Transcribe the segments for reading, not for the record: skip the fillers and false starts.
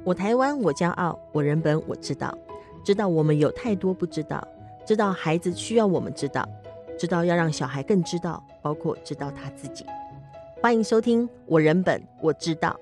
我台湾，我骄傲，我人本我知道，知道我们有太多不知道，知道孩子需要我们知道，知道要让小孩更知道，包括知道他自己。欢迎收听我人本我知道。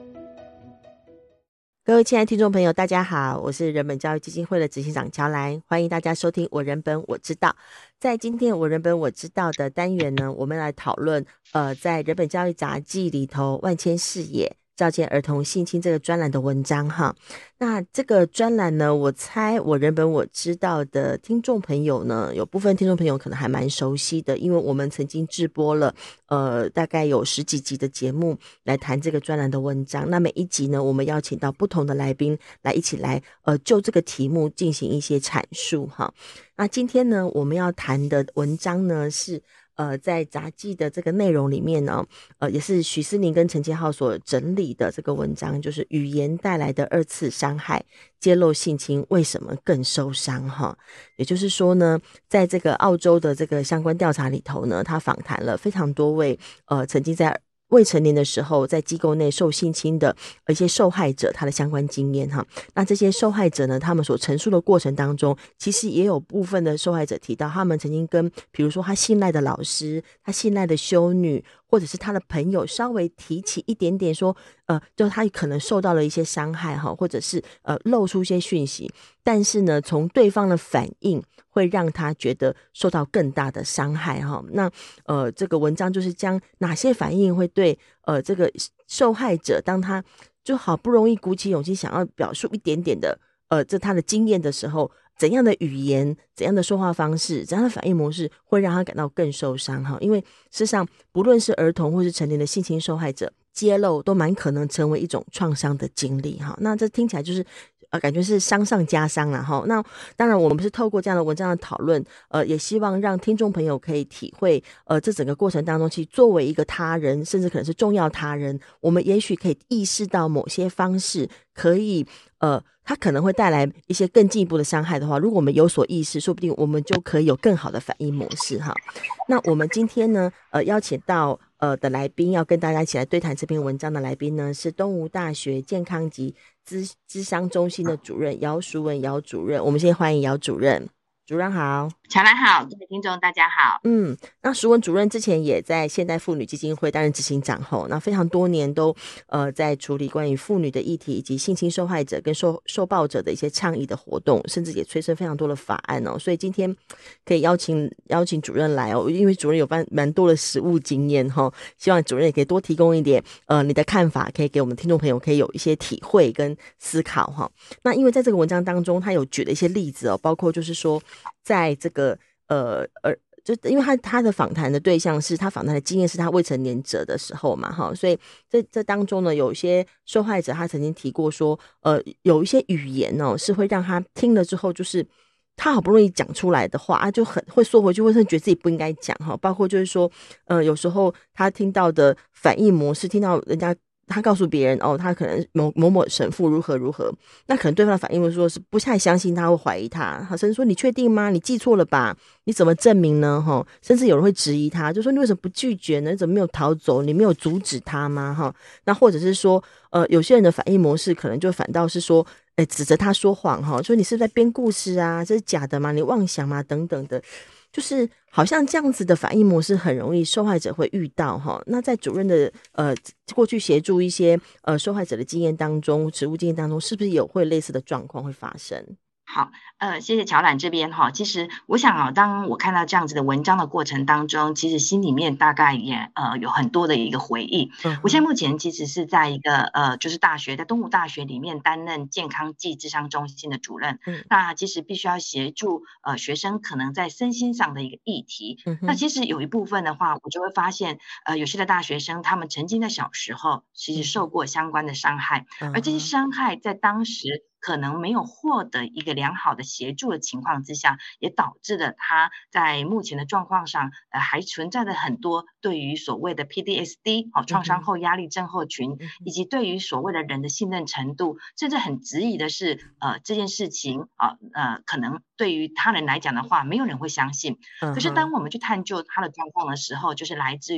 各位亲爱的听众朋友大家好，我是人本教育基金会的执行长乔兰，欢迎大家收听我人本我知道。在今天我人本我知道的单元呢，我们来讨论在人本教育杂记里头万千视野照见儿童性侵这个专栏的文章哈。那这个专栏呢，我猜我人本我知道的听众朋友呢，有部分听众朋友可能还蛮熟悉的，因为我们曾经制播了大概有10几集的节目来谈这个专栏的文章。那每一集呢，我们邀请到不同的来宾来一起来就这个题目进行一些阐述哈。那今天呢，我们要谈的文章呢是在杂记的这个内容里面呢，也是许思宁跟陈建浩所整理的这个文章，就是语言带来的2次伤害，揭露性侵为什么更受伤哈。也就是说呢，在这个澳洲的这个相关调查里头呢，他访谈了非常多位曾经在未成年的时候在机构内受性侵的一些受害者他的相关经验哈。那这些受害者呢，他们所陈述的过程当中，其实也有部分的受害者提到他们曾经跟比如说他信赖的老师，他信赖的修女，或者是他的朋友稍微提起一点点说就他可能受到了一些伤害哈，或者是露出一些讯息，但是呢从对方的反应会让他觉得受到更大的伤害哈。那这个文章就是将哪些反应会对这个受害者，当他就好不容易鼓起勇气想要表述一点点的这他的经验的时候，怎样的语言，怎样的说话方式，怎样的反应模式会让他感到更受伤哈。因为事实上不论是儿童或是成年的性侵受害者，揭露都蛮可能成为一种创伤的经历哈。那这听起来就是感觉是伤上加伤啦哈。那当然我们是透过这样的文章的讨论也希望让听众朋友可以体会这整个过程当中，其实作为一个他人，甚至可能是重要他人，我们也许可以意识到某些方式可以它可能会带来一些更进一步的伤害的话，如果我们有所意识，说不定我们就可以有更好的反应模式哈。那我们今天呢邀请到的来宾，要跟大家一起来对谈这篇文章的来宾呢，是东吴大学健康及咨商中心的主任姚淑文姚主任。我们先欢迎姚主任。主任好。 乔兰好，各位听众大家好。 那淑文主任之前也在现代妇女基金会担任执行长后，那非常多年都在处理关于妇女的议题，以及性侵受害者跟受暴者的一些倡议的活动，甚至也催生非常多的法案哦。所以今天可以邀请主任来哦，因为主任有蛮多的实务经验哈，希望主任也可以多提供一点你的看法，可以给我们听众朋友可以有一些体会跟思考哈。那因为在这个文章当中，他有举了一些例子哦，包括就是说在这个就因为他的访谈的对象是他访谈的经验是他未成年者的时候嘛哈，所以这当中呢，有一些受害者他曾经提过说有一些语言哦是会让他听了之后，就是他好不容易讲出来的话就很会缩回去，或是觉得自己不应该讲哈。包括就是说有时候他听到的反应模式，听到人家他告诉别人他可能某某神父如何如何，那可能对方的反应会说是不太相信他，会怀疑他，甚至说你确定吗？你记错了吧？你怎么证明呢？甚至有人会质疑他，就说你为什么不拒绝呢？你怎么没有逃走？你没有阻止他吗？那或者是说有些人的反应模式可能就反倒是说指责他说谎说你是不是在编故事啊？这是假的吗？你妄想吗？等等的，就是好像这样子的反应模式很容易受害者会遇到哈。那在主任的过去协助一些受害者的经验当中，实务经验当中，是不是有会类似的状况会发生？ 好，谢谢乔兰这边哈。其实我想当我看到这样子的文章的过程当中，其实心里面大概也有很多的一个回忆。我现在目前其实是在一个就是大学，在东吴大学里面担任健康暨諮商中心的主任。那其实必须要协助学生可能在身心上的一个议题。那其实有一部分的话，我就会发现有些的大学生他们曾经在小时候其实受过相关的伤害，而这些伤害在当时可能没有获得一个良好的协助的情况之下，也导致了他在目前的状况上还存在着很多对于所谓的 PTSD 创伤后压力症候群，以及对于所谓的人的信任程度，甚至很质疑的是这件事情可能对于他人来讲的话，没有人会相信。可是当我们去探究他的状况的时候，就是来自于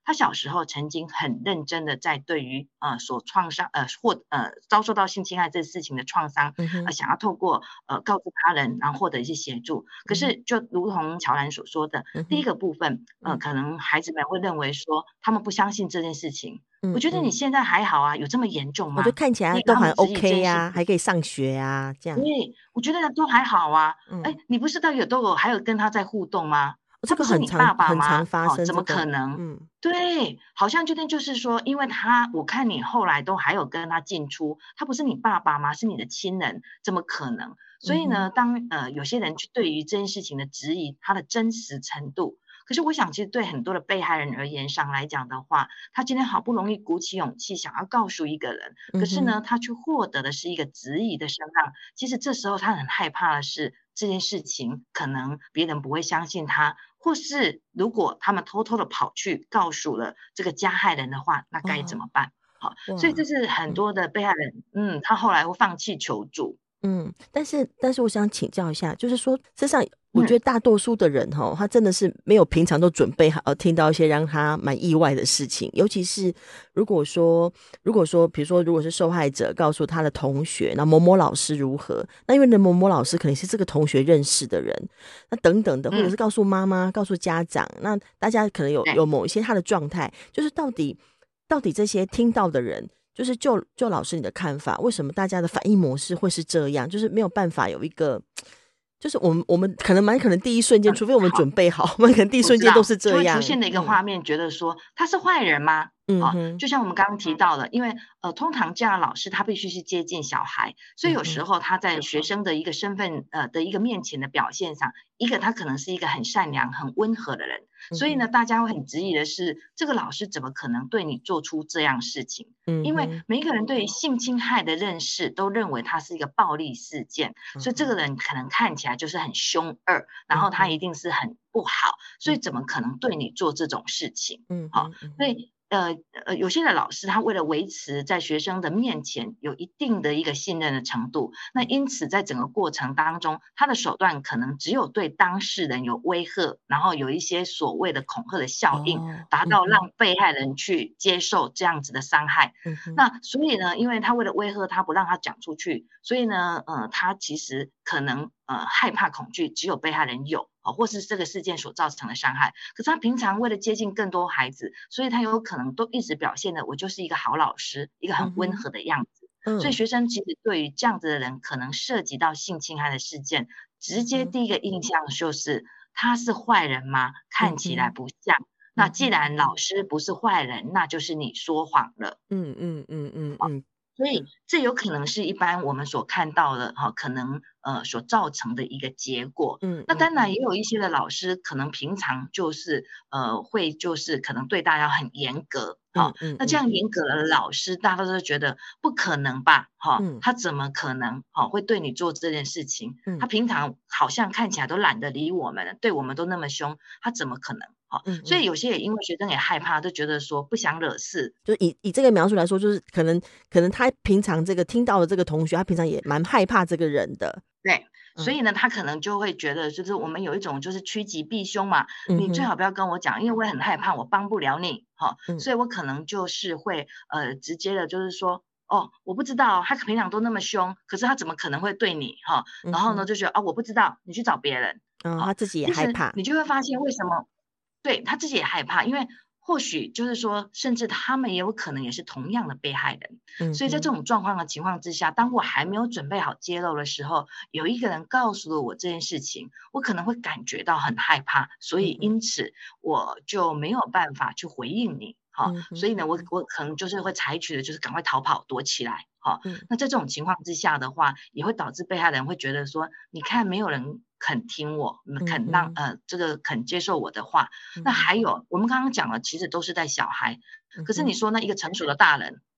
他小时候曾经很认真的在对于所创伤或遭受到性侵害这事情的创伤，想要透过告诉他人，然后获得一些协助。可是就如同乔兰所说的，第一个部分，可能孩子们会认为说他们不相信这件事情。我觉得你现在还好啊，有这么严重吗？ 我觉得看起来都还 OK 呀，还可以上学呀，这样。 对，我觉得都还好啊。你不是还有跟他在互动吗？ 这个他不是你爸爸吗？ 很常发生， 怎么可能？对，好像就是说，因为我看你后来都还有跟他进出，他不是你爸爸吗？是你的亲人，怎么可能？所以呢，当有些人去对于这件事情的质疑，它的真实程度。可是我想，其实对很多的被害人而言上来讲的话，他今天好不容易鼓起勇气想要告诉一个人，可是呢，他却获得的是一个质疑的声浪。其实这时候他很害怕的是，这件事情可能别人不会相信他，或是如果他们偷偷的跑去告诉了这个加害人的话，那该怎么办？好，所以这是很多的被害人，他后来会放弃求助。 但是我想请教一下，就是说，事实上，我觉得大多数的人他真的是没有平常都准备好，听到一些让他蛮意外的事情。尤其是如果说，比如说，如果是受害者告诉他的同学，那某某老师如何，那因为某某老师可能是这个同学认识的人，那等等的，或者是告诉妈妈、告诉家长，那大家可能有某一些他的状态，就是到底这些听到的人。就是就老师你的看法，为什么大家的反应模式会是这样？就是没有办法有一个，就是我们可能第一瞬间，除非我们准备好，我们可能第一瞬间都是这样， 就会出现的一个画面，觉得说他是坏人吗？就像我们刚刚提到的，因为通常这样的老师他必须是接近小孩，所以有时候他在学生的一个身份的一个面前的表现上，一个他可能是一个很善良、很温和的人，所以呢，大家会很质疑的是，这个老师怎么可能对你做出这样事情？因为每一个人对于性侵害的认识都认为它是一个暴力事件，所以这个人可能看起来就是很凶恶，然后他一定是很不好，所以怎么可能对你做这种事情？所以有些的老师他为了维持在学生的面前有一定的一个信任的程度，那因此在整个过程当中，他的手段可能只有对当事人有威吓，然后有一些所谓的恐吓的效应，达到让被害人去接受这样子的伤害。那所以呢，因为他为了威吓他不让他讲出去，所以呢，他其实可能害怕恐惧只有被害人有。或是这个事件所造成的伤害，可是他平常为了接近更多孩子，所以他有可能都一直表现的我就是一个好老师，一个很温和的样子。所以学生其实对于这样子的人可能涉及到性侵害的事件，直接第一个印象就是他是坏人吗？看起来不像。那既然老师不是坏人，那就是你说谎了。所以这有可能是一般我们所看到的可能所造成的一个结果。那当然也有一些的老师可能平常就是会就是可能对大家很严格。那这样严格的老师，大家都觉得不可能吧？他怎么可能会对你做这件事情？他平常好像看起来都懒得理我们，对我们都那么凶，他怎么可能？所以有些也因为学生也害怕，就觉得说不想惹事。 就以这个描述来说，就是可能他平常这个听到的这个同学，他平常也蛮害怕这个人的。 对，所以呢，他可能就会觉得，就是我们有一种就是趋吉避凶嘛，你最好不要跟我讲，因为我也很害怕，我帮不了你，所以我可能就是会直接的，就是说，我不知道，他平常都那么凶，可是他怎么可能会对你然后呢，就觉得我不知道，你去找别人。 他自己也害怕， 你就会发现为什么，对他自己也害怕，因为或许就是说，甚至他们也有可能也是同样的被害人。所以在这种状况的情况之下，当我还没有准备好揭露的时候，有一个人告诉了我这件事情，我可能会感觉到很害怕，所以因此我就没有办法去回应你。所以呢，我可能就是会采取的就是赶快逃跑躲起来。那在这种情况之下的话，也会导致被害人会觉得说，你看没有人肯听我，肯让肯接受我的话。那还有我们刚刚讲了，其实都是在小孩，可是你说那一个成熟的大人，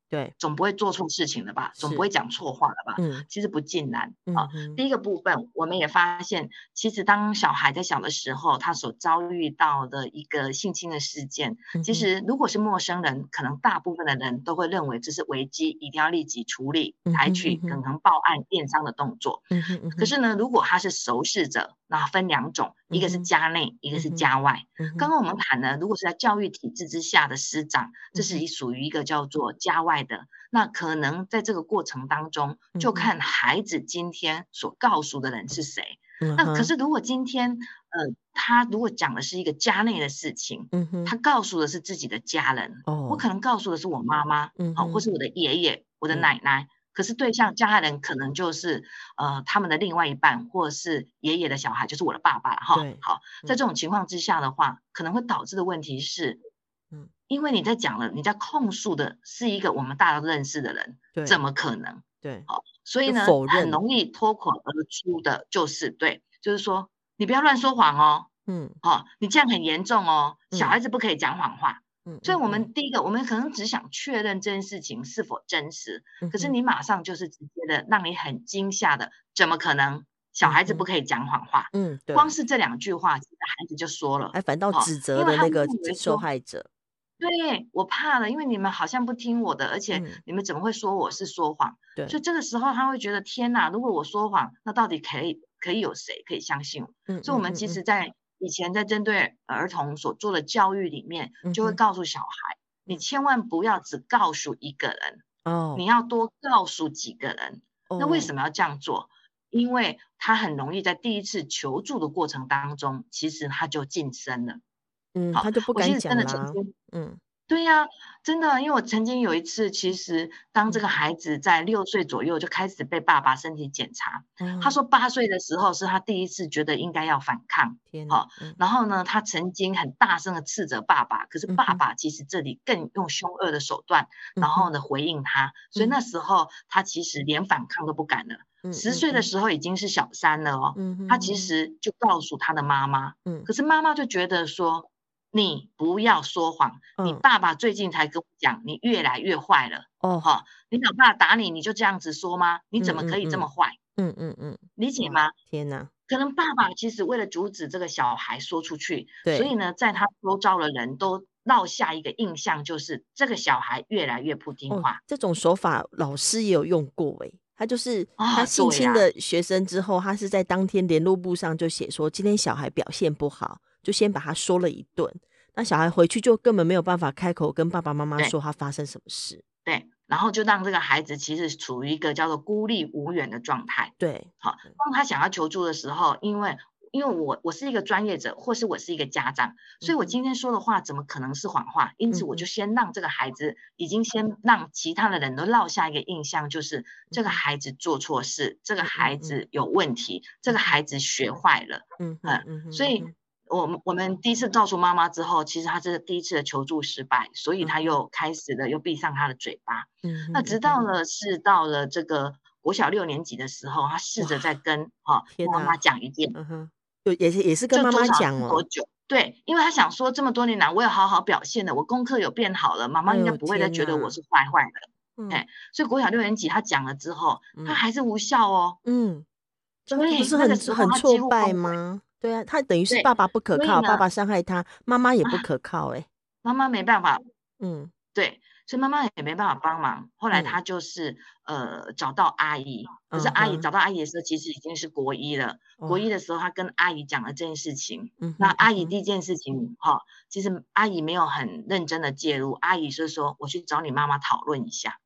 对， 总不会做错事情了吧，总不会讲错话了吧？其实不尽然啊。第一个部分，我们也发现，其实当小孩在小的时候，他所遭遇到的一个性侵的事件，其实如果是陌生人，可能大部分的人都会认为这是危机，一定要立即处理，采取可能报案验伤的动作。可是呢，如果他是熟识者，那分两种，一个是家内，一个是家外。刚刚我们谈了，如果是在教育体制之下的师长，这是属于一个叫做家外的，那可能在这个过程当中，就看孩子今天所告诉的人是谁。那可是如果今天他如果讲的是一个家内的事情，他告诉的是自己的家人，我可能告诉的是我妈妈，或是我的爷爷、我的奶奶。可是对象加害人可能就是他们的另外一半，或者是爷爷的小孩，就是我的爸爸哈。好，在这种情况之下的话，可能会导致的问题是，因为你在讲了，你在控诉的是一个我们大家都认识的人，怎么可能？ 对， 好，所以呢，很容易脱口而出的就是就是说你不要乱说谎哦，你这样很严重哦，小孩子不可以讲谎话。所以我们第一个，我们可能只想确认这件事情是否真实，可是你马上就是直接的让你很惊吓的，怎么可能小孩子不可以讲谎话？ 对， 光是这两句话，其实孩子就说了， 还反倒指责的那个受害者。 对，我怕了，因为你们好像不听我的，而且你们怎么会说我是说谎？ 对， 所以这个时候他会觉得天哪，如果我说谎，那到底可以有谁可以相信我？所以我们其实在以前在针对儿童所做的教育里面，就会告诉小孩，你千万不要只告诉一个人，你要多告诉几个人。那为什么要这样做？因为他很容易在第一次求助的过程当中，其实他就晋升了。 他就不敢讲啦。 对呀，真的，因为我曾经有一次，其实当这个孩子在6岁左右就开始被爸爸身体检查，他说8岁的时候是他第一次觉得应该要反抗，然后呢，他曾经很大声的斥责爸爸，可是爸爸其实这里更用凶恶的手段，然后呢回应他，所以那时候他其实连反抗都不敢了。10岁的时候已经是小3了哦，他其实就告诉他的妈妈，可是妈妈就觉得说，你不要说谎，你爸爸最近才跟我讲，你越来越坏了。你老爸打你，你就这样子说吗？你怎么可以这么坏？理解吗？ 天哪！ 可能爸爸其实为了阻止这个小孩说出去，所以呢，在他周遭的人都落下一个印象，就是这个小孩越来越不听话。 这种手法老师也有用过他就是他性侵的学生之后，他是在当天联络簿上就写说，今天小孩表现不好，就先把他说了一顿。那小孩回去就根本没有办法开口跟爸爸妈妈说他发生什么事。 对，然后就让这个孩子其实处于一个叫做孤立无援的状态。 对， 好，当他想要求助的时候，因为我是一个专业者，或是我是一个家长，所以我今天说的话怎么可能是谎话？因此我就先让这个孩子，已经先让其他的人都落下一个印象，就是这个孩子做错事，这个孩子有问题，这个孩子学坏了。所以我们第一次告诉妈妈之后，其实他这是第一次的求助失败，所以他又开始了又闭上他的嘴巴。那直到了这个国小6年级的时候，他试着再跟妈妈讲一遍。 也是跟妈妈讲哦。 多久？对，因为他想说这么多年来我有好好表现的，我功课有变好了，妈妈应该不会再觉得我是坏的。所以国小6年级他讲了之后，他还是无效哦。 所以不是很挫败吗？对啊，他等于是爸爸不可靠，爸爸伤害他，妈妈也不可靠。 妈妈没办法。对，所以妈妈也没办法帮忙。后来他就是找到阿姨，可是找到阿姨的时候，其实已经是国1了。国1的时候，他跟阿姨讲了这件事情。那阿姨第一件事情其实阿姨没有很认真的介入，阿姨是说我去找你妈妈讨论一下。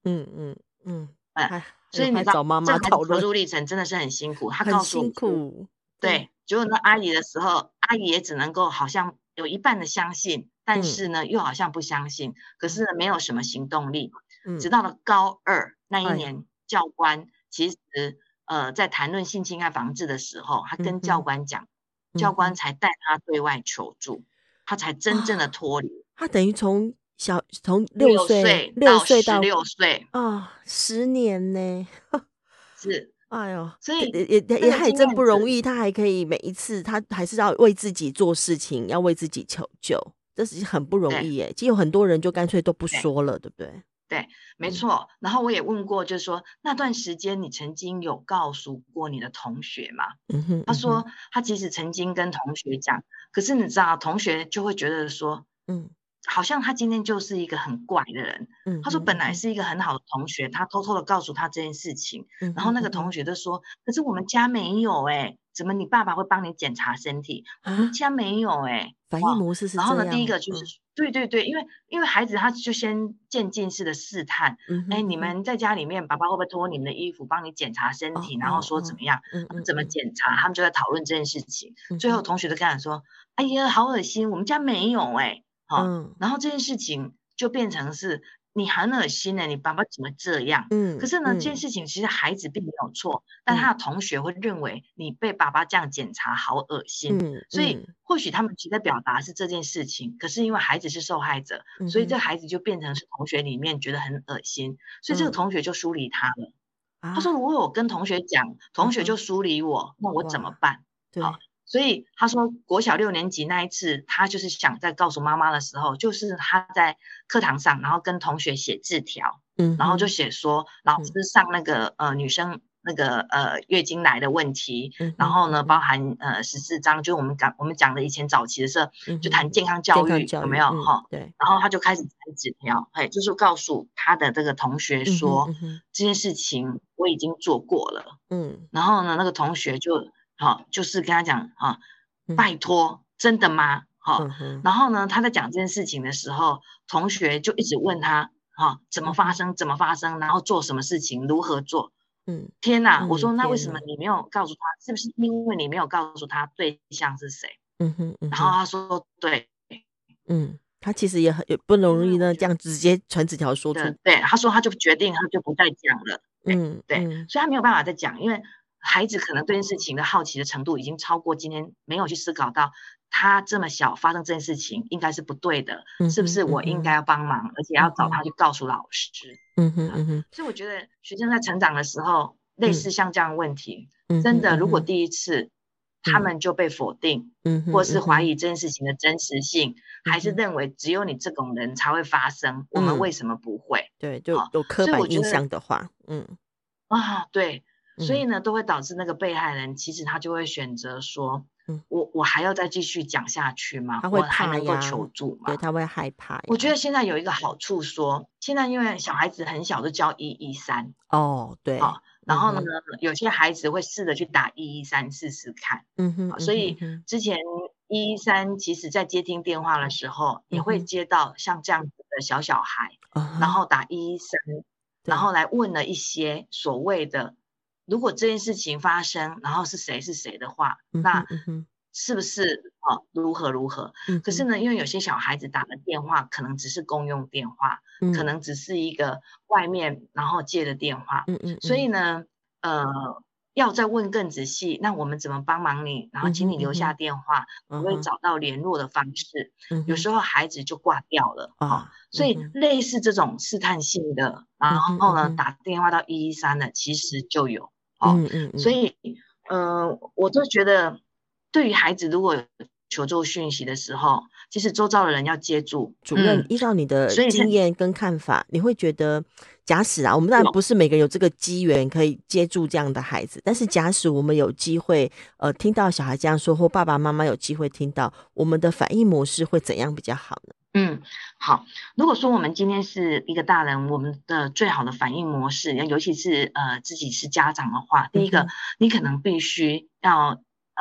所以你知道找妈妈讨论求助历程真的是很辛苦，他告诉我很辛苦。 对，结果那阿姨的时候，阿姨也只能够好像有一半的相信，但是呢又好像不相信，可是呢没有什么行动力。直到了高2那一年，教官其实在谈论性侵害防治的时候，他跟教官讲，教官才带他对外求助，他才真正的脱离。 他等于从6岁到 16 岁 10年呢。 是。 哎呦， 所以也还真不容易，他还可以每一次他还是要为自己做事情，要为自己求救，这是很不容易耶。其实有很多人就干脆都不说了，对不对？ 对，没错。然后我也问过，就是说那段时间你曾经有告诉过你的同学吗？他说他其实曾经跟同学讲，可是你知道，同学就会觉得说，好像他今天就是一个很怪的人。他说本来是一个很好的同学，他偷偷的告诉他这件事情，然后那个同学就说，可是我们家没有怎么你爸爸会帮你检查身体？我们家没有反应模式是然后呢，第一这样， 个就是对对对，因为孩子他就先渐进式的试探，你们在家里面，爸爸会不会脱你们的衣服帮你检查身体，然后说怎么样，怎么检查，他们就在讨论这件事情。最后同学就跟他说，哎呀，好恶心，我们家没有然后这件事情就变成是你很恶心你爸爸怎么这样？可是呢，这件事情其实孩子并没有错，但他的同学会认为你被爸爸这样检查好恶心，所以或许他们其实在表达是这件事情，可是因为孩子是受害者，所以这孩子就变成是同学里面觉得很恶心，所以这个同学就疏离他了。他说如果我跟同学讲，同学就疏离我，那我怎么办？好。所以他说国小6年级那一次，他就是想在告诉妈妈的时候，就是他在课堂上，然后跟同学写字条，然后就写说老师上那个女生那个月经来的问题，然后呢包含14章，就我们讲的以前早期的时候，就谈健康教育有没有对， 然后他就开始写纸条，就是告诉他的这个同学说，这件事情我已经做过了，然后呢那个同学就是跟他讲拜托，真的吗？然后呢，他在讲这件事情的时候，同学就一直问他怎么发生，怎么发生，然后做什么事情，如何做。天哪！我说那为什么你没有告诉他？是不是因为你没有告诉他对象是谁？然后他说对， 他其实也不容易呢，这样直接传纸条说出。 对，他说他就决定他就不再讲了。对，所以他没有办法再讲，因为孩子可能对这件事情的好奇的程度已经超过今天没有去思考到他这么小发生这件事情应该是不对的，是不是我应该要帮忙，而且要找他去告诉老师。所以我觉得学生在成长的时候，类似像这样的问题，真的如果第一次他们就被否定，或是怀疑这件事情的真实性，还是认为只有你这种人才会发生，我们为什么不会？ 对，就有刻板印象的话， 对，所以呢，都会导致那个被害人其实他就会选择说，我还要再继续讲下去吗？我还能够求助吗？ 对，他会害怕。 我觉得现在有一个好处说，现在因为小孩子很小就教113 对， 然后呢，有些孩子会试着去打113试试看，所以之前113其实在接听电话的时候，也会接到像这样子的小孩，然后打113，然后来问了一些所谓的，如果这件事情发生，然后是谁的话，那是不是如何？可是呢，因为有些小孩子打的电话可能只是公用电话，可能只是一个外面然后接的电话，所以呢，要再问更仔细，那我们怎么帮忙你？然后请你留下电话，我会找到联络的方式。有时候孩子就挂掉了所以类似这种试探性的，然后呢打电话到113的，其实就有所以我都觉得，对于孩子如果有求助讯息的时候，其实周遭的人要接住。 主任，依照你的经验跟看法，你会觉得，假使我们当然不是每个人有这个机缘可以接住这样的孩子，但是假使我们有机会听到小孩这样说，或爸爸妈妈有机会听到，我们的反应模式会怎样比较好呢？ 好。如果说我们今天是一个大人，我们的最好的反应模式，尤其是自己是家长的话，第一个，你可能必须要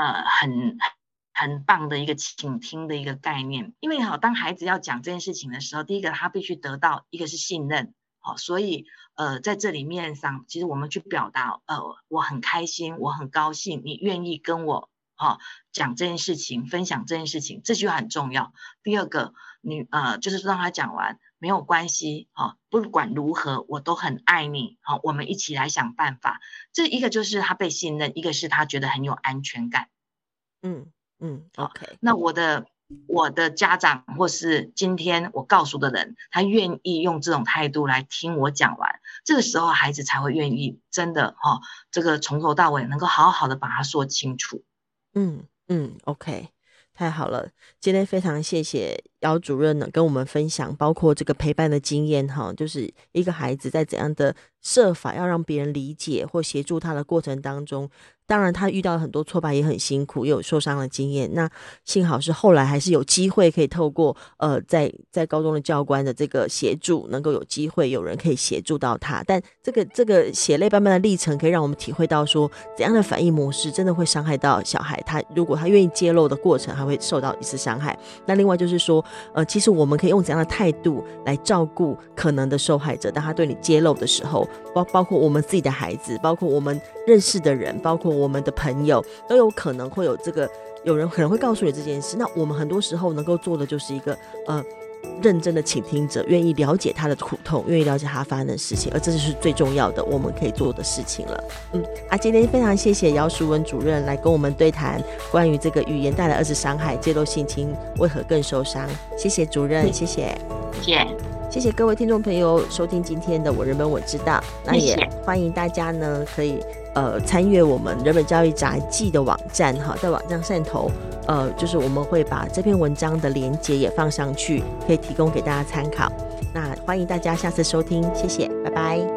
很棒的一个倾听的一个概念，因为当孩子要讲这件事情的时候，第一个他必须得到一个是信任，所以在这里面上，其实我们去表达我很开心，我很高兴，你愿意跟我讲这件事情，分享这件事情，这句话很重要。第二个，你就是让他讲完没有关系不管如何我都很爱你我们一起来想办法。这一个就是他被信任，一个是他觉得很有安全感。 OK。 那我的家长或是今天我告诉的人，他愿意用这种态度来听我讲完，这个时候孩子才会愿意真的这个从头到尾能够好好的把它说清楚。 OK。 太好了，今天非常谢谢姚主任呢跟我们分享，包括这个陪伴的经验哈，就是一个孩子在怎样的设法要让别人理解或协助他的过程当中，当然他遇到很多挫败，也很辛苦，也有受伤的经验。那幸好是后来还是有机会可以透过在高中的教官的这个协助，能够有机会有人可以协助到他。但这个血泪斑斑的历程，可以让我们体会到说怎样的反应模式真的会伤害到小孩。他如果他愿意揭露的过程，还会受到一次伤害。那另外就是说，其实我们可以用怎样的态度来照顾可能的受害者，当他对你揭露的时候，包括我们自己的孩子，包括我们认识的人，包括我们的朋友，都有可能会有这个，有人可能会告诉你这件事。那我们很多时候能够做的就是一个认真的倾听者，愿意了解他的苦痛，愿意了解他发生的事情，而这就是最重要的我们可以做的事情了。今天非常谢谢姚淑文主任来跟我们对谈关于这个语言带来二次伤害，揭露性侵为何更受伤。谢谢主任，谢谢，谢谢各位听众朋友收听今天的我人本我知道。那也欢迎大家呢可以参阅我们人本教育杂技的网站哈，在网站上头就是我们会把这篇文章的连结也放上去，可以提供给大家参考。那欢迎大家下次收听，谢谢，拜拜。